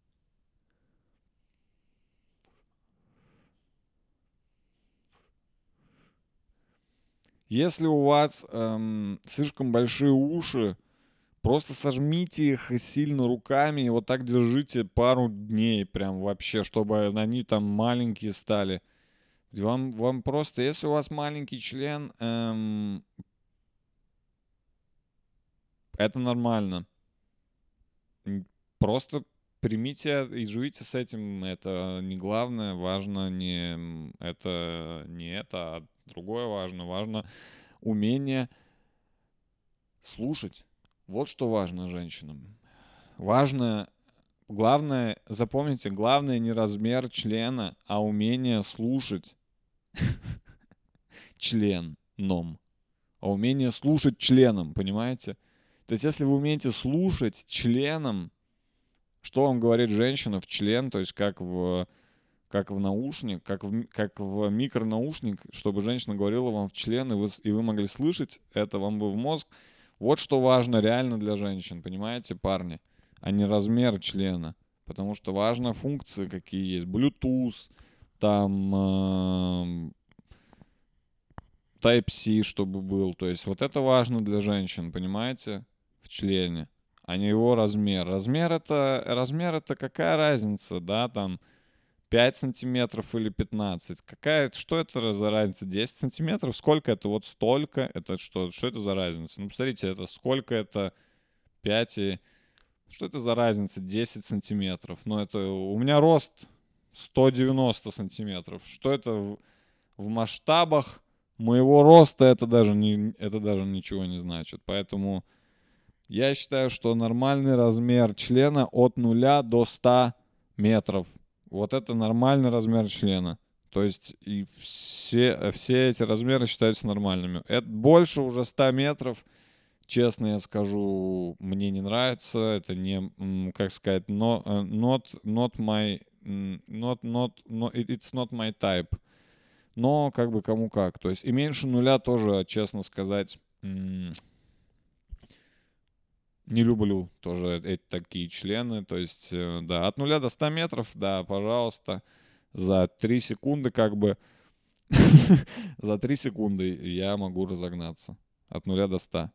Если у вас слишком большие уши, просто сожмите их сильно руками и вот так держите пару дней прям вообще, чтобы они там маленькие стали. Вам просто, если у вас маленький член, это нормально. Просто примите и живите с этим. Это не главное. Важно не это, а другое важно. Важно умение слушать. Вот что важно женщинам. Важно, главное, запомните, главное не размер члена, а умение слушать членом. А умение слушать членом, понимаете? То есть, если вы умеете слушать членом, что вам говорит женщина в член, то есть как в наушник, как в микронаушник, чтобы женщина говорила вам в член, и вы могли слышать это вам бы в мозг. Вот что важно реально для женщин, понимаете, парни, а не размер члена. Потому что важны функции, какие есть. Bluetooth, там Type-C, чтобы был. То есть вот это важно для женщин, понимаете, в члене, а не его размер. Размер это какая разница, да, там 5 сантиметров или 15. Что это за разница? 10 сантиметров? Сколько это? Вот столько? Это что это за разница? Ну, посмотрите, это сколько это 5 и... Что это за разница? 10 сантиметров. Ну, это у меня рост 190 сантиметров. Что это в масштабах моего роста? Это даже ничего не значит. Поэтому я считаю, что нормальный размер члена от 0 до 100 метров. Вот это нормальный размер члена. То есть и все эти размеры считаются нормальными. Это больше уже 100 метров, честно я скажу, мне не нравится. Это не, как сказать, not my, it's not my type. Но как бы кому как. То есть и меньше 0 тоже, честно сказать, не люблю тоже эти такие члены. То есть, да, от 0 до 100 метров, да, пожалуйста, за 3 секунды как бы, за 3 секунды я могу разогнаться. От 0 до 100.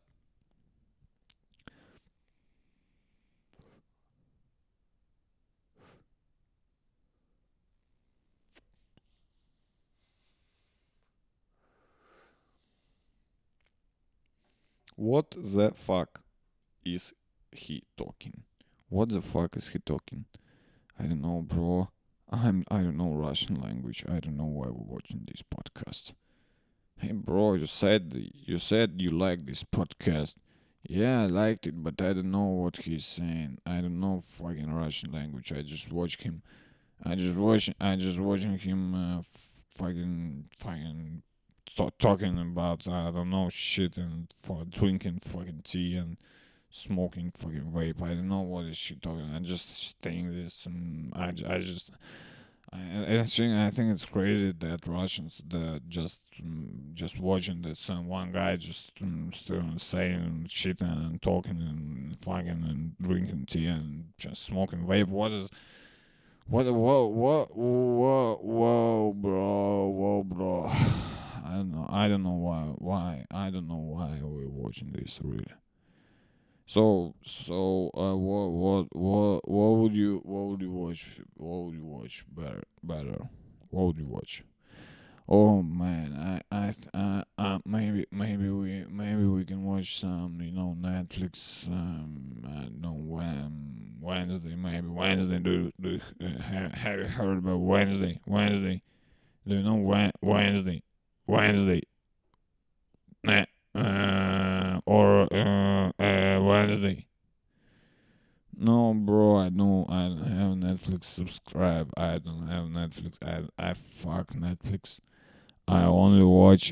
What the fuck is he talking? What the fuck is he talking? I don't know, bro. I don't know Russian language. I don't know why we're watching this podcast. Hey, bro, you said you like this podcast. Yeah, I liked it, but I don't know what he's saying. I don't know fucking Russian language. I just watch him. I just watching him fucking talking about I don't know shit and drinking fucking tea and smoking fucking vape. I don't know what is she talking. I just think this and I think it's crazy that Russians that just watching this and one guy just still saying shit and talking and fucking and drinking tea and just smoking vape. Whoa, bro. I don't know why. I don't know why we're watching this really. What would you watch? What would you watch better? What would you watch? Oh man, maybe we can watch some, Netflix. I don't know when Wednesday, maybe Wednesday. Have you heard about Wednesday? Wednesday. Do you know Wednesday? Nah, or Wednesday. No, bro, I don't have Netflix subscribe. I don't have Netflix. I fuck Netflix. I only watch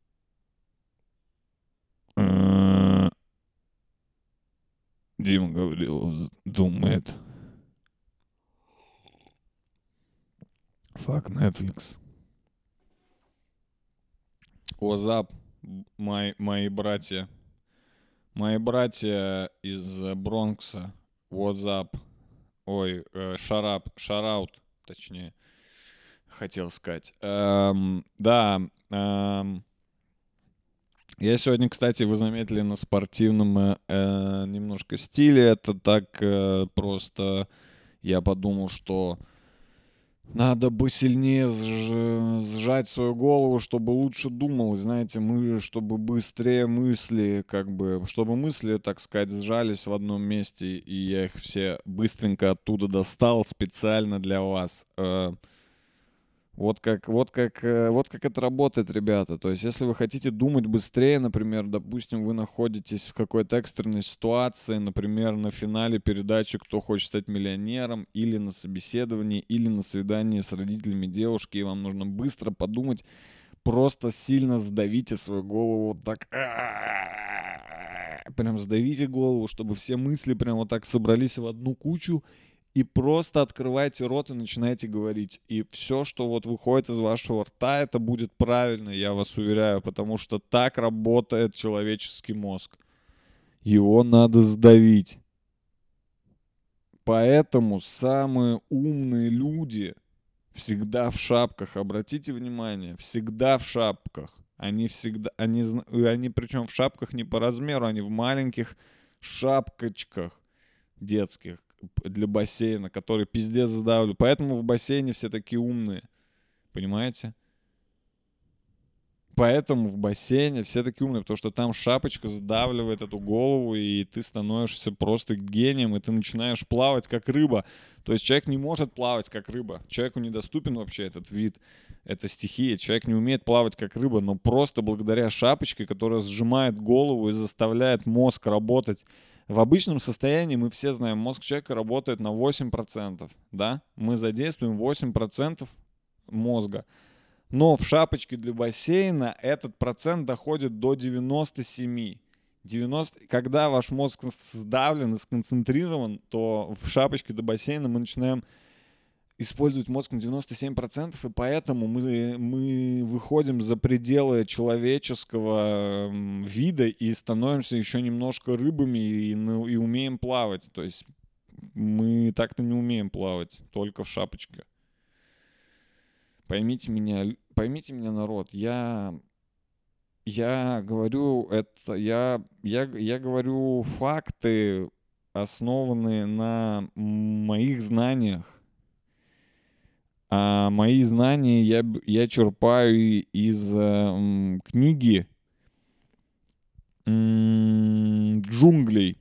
Дима Гаврилов думает. Fuck Netflix. What's up, мои братья? Мои братья из Бронкса. What's up? Ой, шараут, точнее, хотел сказать. Да, я сегодня, кстати, вы заметили, на спортивном немножко стиле. Это так просто я подумал, что надо бы сильнее сжать свою голову, чтобы лучше думал. Знаете, чтобы быстрее мысли, чтобы мысли, так сказать, сжались в одном месте, и я их все быстренько оттуда достал специально для вас. Вот как это работает, ребята. То есть, если вы хотите думать быстрее, например, допустим, вы находитесь в какой-то экстренной ситуации, например, на финале передачи «Кто хочет стать миллионером», или на собеседовании, или на свидании с родителями девушки, и вам нужно быстро подумать, просто сильно сдавите свою голову вот так. Прям сдавите голову, чтобы все мысли прям вот так собрались в одну кучу, и просто открывайте рот и начинайте говорить. И все, что вот выходит из вашего рта, это будет правильно, я вас уверяю, потому что так работает человеческий мозг. Его надо сдавить. Поэтому самые умные люди всегда в шапках. Обратите внимание, всегда в шапках. Они причем в шапках не по размеру, они в маленьких шапкочках детских для бассейна, которые пиздец сдавлю. Поэтому в бассейне все такие умные. Понимаете? Поэтому в бассейне все такие умные, потому что там шапочка сдавливает эту голову, и ты становишься просто гением, и ты начинаешь плавать как рыба. То есть человек не может плавать как рыба. Человеку недоступен вообще этот вид, эта стихия. Человек не умеет плавать как рыба, но просто благодаря шапочке, которая сжимает голову и заставляет мозг работать. В обычном состоянии мы все знаем, мозг человека работает на 8%, да? Мы задействуем 8% мозга. Но в шапочке для бассейна этот процент доходит до 97. Когда ваш мозг сдавлен и сконцентрирован, то в шапочке для бассейна мы начинаем использовать мозг на 97%, и поэтому мы выходим за пределы человеческого вида и становимся еще немножко рыбами и умеем плавать. То есть мы так-то не умеем плавать, только в шапочке. Поймите меня, народ, я говорю это, я говорю факты, основанные на моих знаниях. А мои знания я черпаю из книги «Джунглей».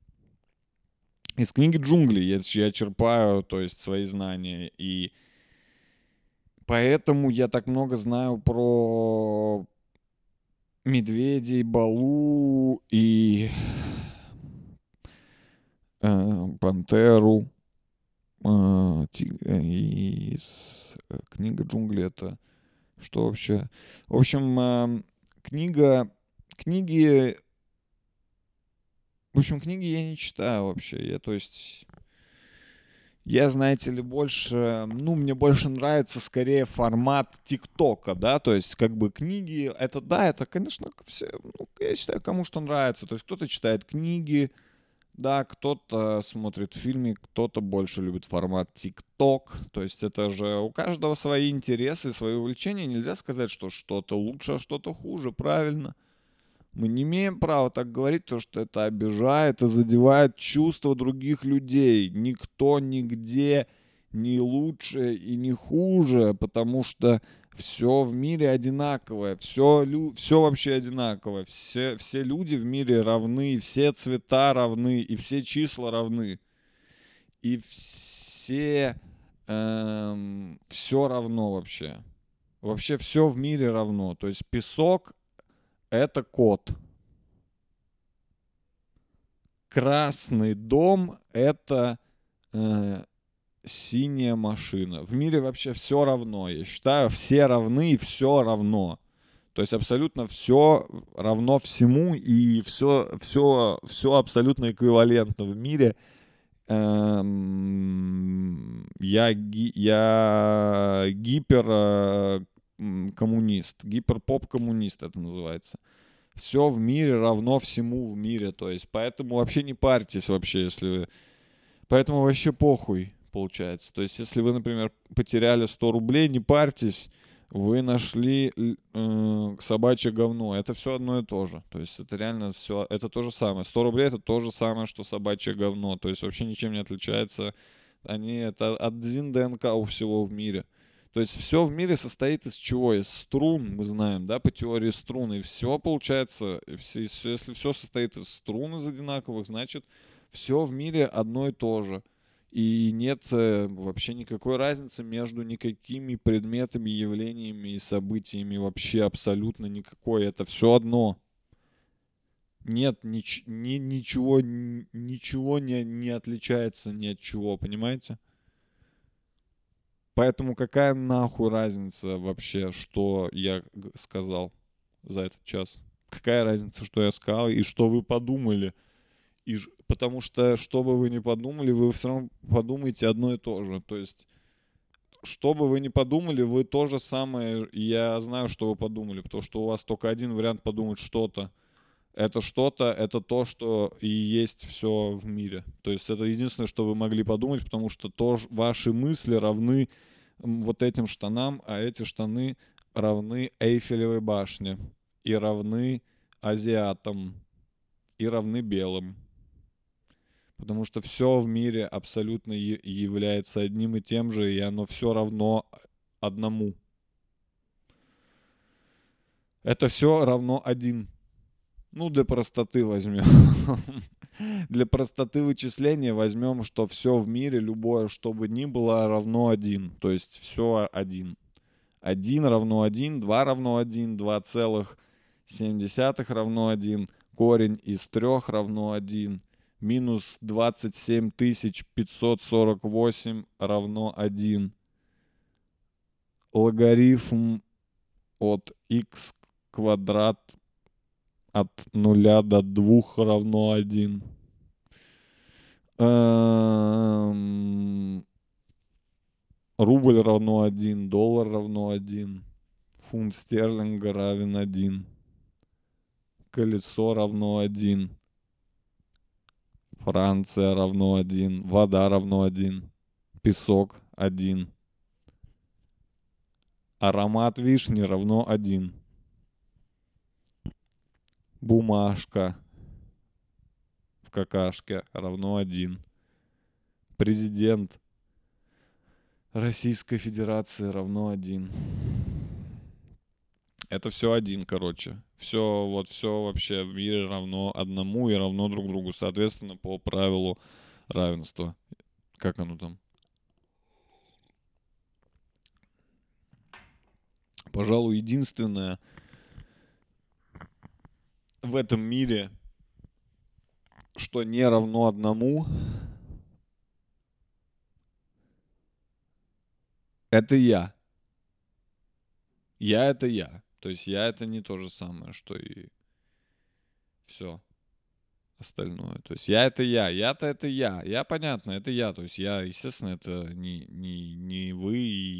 Из книги «Джунглей» я черпаю, то есть, свои знания. И поэтому я так много знаю про медведей, Балу и пантеру. Книга «Джунгли» — это что вообще? В общем, книги я не читаю вообще. Я, знаете ли, мне больше нравится скорее формат ТикТока, да, то есть как бы книги, это, конечно, все, я считаю, кому что нравится, то есть кто-то читает книги, да, кто-то смотрит фильмы, кто-то больше любит формат ТикТок, то есть это же у каждого свои интересы, свои увлечения, нельзя сказать, что что-то лучше, а что-то хуже, правильно? Мы не имеем права так говорить, потому что это обижает и задевает чувства других людей. Никто нигде не лучше и не хуже, потому что все в мире одинаковое, все вообще одинаковое. Все люди в мире равны, все цвета равны, и все числа равны. И все равно вообще. Вообще все в мире равно. То есть песок — это кот. Красный дом — это синяя машина. В мире вообще все равно. Я считаю, все равны и все равно. То есть абсолютно все равно всему, и все абсолютно эквивалентно в мире. Я гиперкоммунист, гиперпоп-коммунист это называется. Все в мире равно всему в мире, то есть поэтому вообще не парьтесь вообще, поэтому вообще похуй получается. То есть если вы, например, потеряли 100 рублей, не парьтесь, вы нашли собачье говно, это все одно и то же. То есть это реально все, это то же самое. 100 рублей — это то же самое, что собачье говно, то есть вообще ничем не отличается. Это один ДНК у всего в мире. То есть все в мире состоит из чего? Из струн, мы знаем, да, по теории струн. И все получается, если все состоит из струн из одинаковых, значит, все в мире одно и то же. И нет вообще никакой разницы между никакими предметами, явлениями и событиями. Вообще абсолютно никакой. Это все одно. Нет, ничего не отличается ни от чего, понимаете? Поэтому какая нахуй разница вообще, что я сказал за этот час? Какая разница, что я сказал и что вы подумали? Потому что, что бы вы ни подумали, вы все равно подумаете одно и то же. То есть, что бы вы ни подумали, вы то же самое, я знаю, что вы подумали, потому что у вас только один вариант подумать что-то. Это что-то, это то, что и есть все в мире. То есть это единственное, что вы могли подумать, потому что ваши мысли равны вот этим штанам, а эти штаны равны Эйфелевой башне и равны азиатам и равны белым. Потому что все в мире абсолютно является одним и тем же, и оно все равно одному. Это все равно один. Ну, для простоты возьмем. Для простоты вычисления возьмем, что все в мире, любое, что бы ни было, равно 1. То есть все 1. 1 равно 1, 2 равно 1, 2,7 равно 1, корень из 3 равно 1, минус 27 548 равно 1. Логарифм от х квадрат от 0 до 2 равно 1. Рубль равно 1, доллар равно 1, фунт стерлинга равен 1, колесо равно 1, Франция равно 1, вода равно 1, песок 1, аромат вишни равно 1, бумажка в какашке равно 1, президент Российской Федерации равно 1. Это все один, короче. Все вообще в мире равно одному и равно друг другу. Соответственно, по правилу равенства. Как оно там? Пожалуй, единственное в этом мире, что не равно одному, это я. Я — это я. То есть я — это не то же самое, что и все остальное. То есть я — это я. Я-то — это я. Я, понятно, это я. То есть я, естественно, это не вы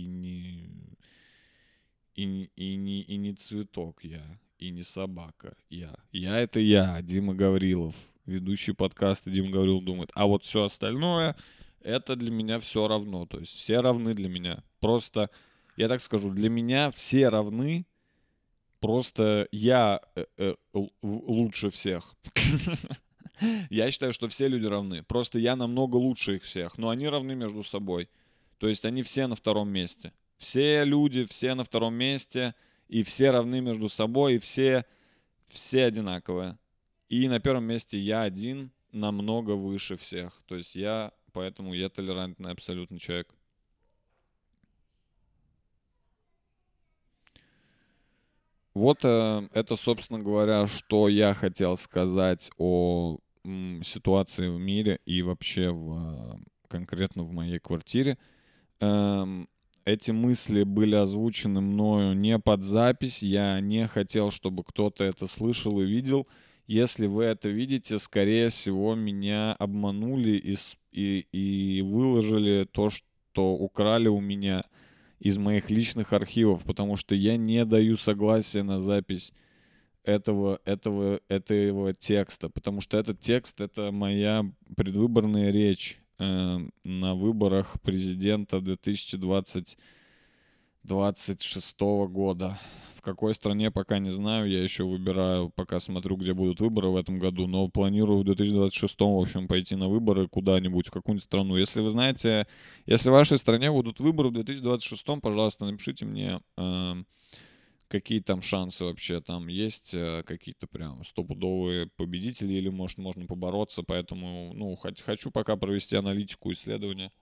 и не цветок я. И не собака я. Я — это я, Дима Гаврилов. Ведущий подкаста Дима Гаврилов думает. А вот все остальное — это для меня все равно. То есть все равны для меня. Просто, я так скажу, для меня все равны. Просто я лучше всех. Я считаю, что все люди равны. Просто я намного лучше их всех. Но они равны между собой. То есть они все на втором месте. Все люди, все на втором месте. И все равны между собой. И все одинаковые. И на первом месте я один намного выше всех. То есть поэтому я толерантный абсолютно человек. Вот это, собственно говоря, что я хотел сказать о ситуации в мире и вообще конкретно в моей квартире. Эти мысли были озвучены мною не под запись. Я не хотел, чтобы кто-то это слышал и видел. Если вы это видите, скорее всего, меня обманули и выложили то, что украли у меня из моих личных архивов, потому что я не даю согласия на запись этого текста, потому что этот текст — это моя предвыборная речь на выборах президента 2026 года. В какой стране, пока не знаю, я еще выбираю, пока смотрю, где будут выборы в этом году, но планирую в 2026, в общем, пойти на выборы куда-нибудь, в какую-нибудь страну. Если вы знаете, если в вашей стране будут выборы в 2026, пожалуйста, напишите мне, какие там шансы вообще, там есть какие-то прям стопудовые победители или, может, можно побороться, поэтому, ну, хочу пока провести аналитику, исследования.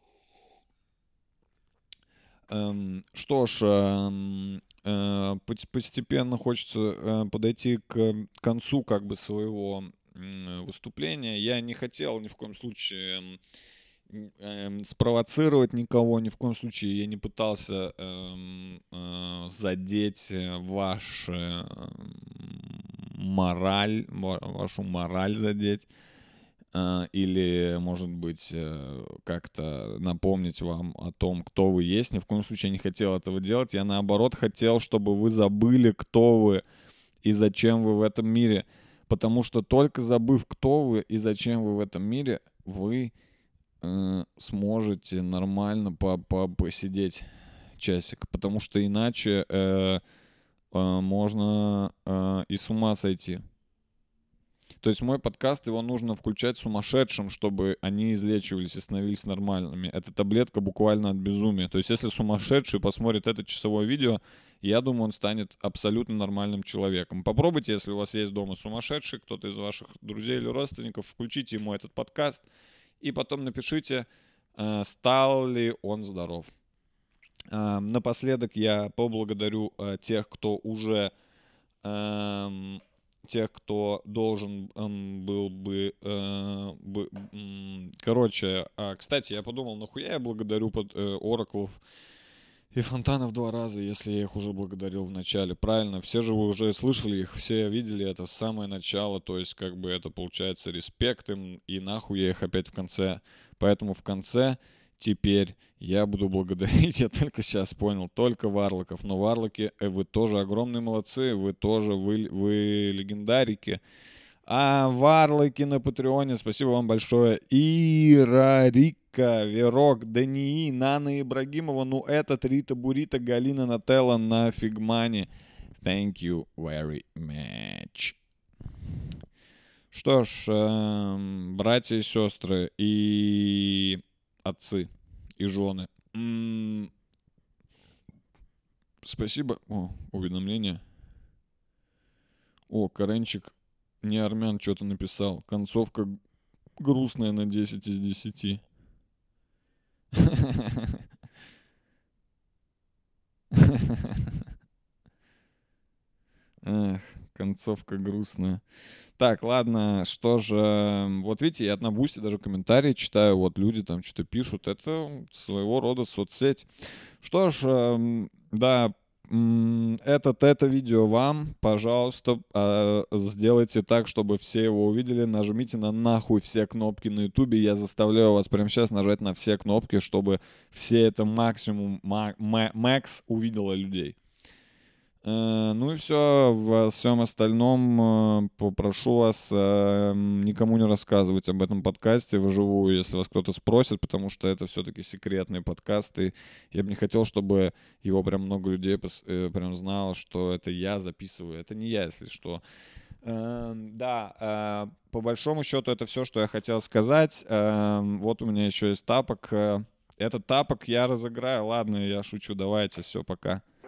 Что ж, постепенно хочется подойти к концу как бы своего выступления. Я не хотел ни в коем случае спровоцировать никого, ни в коем случае я не пытался задеть вашу мораль задеть. Или, может быть, как-то напомнить вам о том, кто вы есть. Ни в коем случае не хотел этого делать. Я, наоборот, хотел, чтобы вы забыли, кто вы и зачем вы в этом мире. Потому что только забыв, кто вы и зачем вы в этом мире, вы сможете нормально посидеть часик, потому что иначе можно и с ума сойти. То есть мой подкаст, его нужно включать сумасшедшим, чтобы они излечивались и становились нормальными. Это таблетка буквально от безумия. То есть если сумасшедший посмотрит это часовое видео, я думаю, он станет абсолютно нормальным человеком. Попробуйте, если у вас есть дома сумасшедший, кто-то из ваших друзей или родственников, включите ему этот подкаст и потом напишите, стал ли он здоров. Напоследок я поблагодарю тех, кто уже... тех, кто должен был бы... Короче, кстати, я подумал, нахуя я благодарю Ораклов и Фонтанов 2 раза, если я их уже благодарил в начале. Правильно, все же вы уже слышали их, все видели это с самого начала, то есть как бы это получается респект им, и нахуй я их опять в конце. Поэтому в конце теперь я буду благодарить, я только сейчас понял, только варлоков. Но варлоки, вы тоже огромные молодцы, вы тоже, вы легендарики. А варлоки на Патреоне, спасибо вам большое. Ира, Рика, Верок, Дании, Нана Ибрагимова, ну этот, Рита Бурита, Галина Нателла на Фигмане. Thank you very much. Что ж, братья и сестры и отцы и жены. Спасибо. О, уведомление. О, Каренчик не армян что-то написал. Концовка грустная на 10 из 10. Эх, концовка грустная. Так, ладно, что же... Вот видите, я на Бусти даже комментарии читаю, вот люди там что-то пишут. Это своего рода соцсеть. Что ж, да, это видео вам, пожалуйста, сделайте так, чтобы все его увидели. Нажмите на нахуй все кнопки на ютубе. Я заставляю вас прямо сейчас нажать на все кнопки, чтобы все это максимум, макс увидела людей. Ну и все, во всем остальном попрошу вас никому не рассказывать об этом подкасте вживую, если вас кто-то спросит, потому что это все-таки секретный подкаст, и я бы не хотел, чтобы его прям много людей прям знало, что это я записываю. Это не я, если что. Да, по большому счету это все, что я хотел сказать. Вот у меня еще есть тапок. Этот тапок я разыграю. Ладно, я шучу, давайте, все, пока.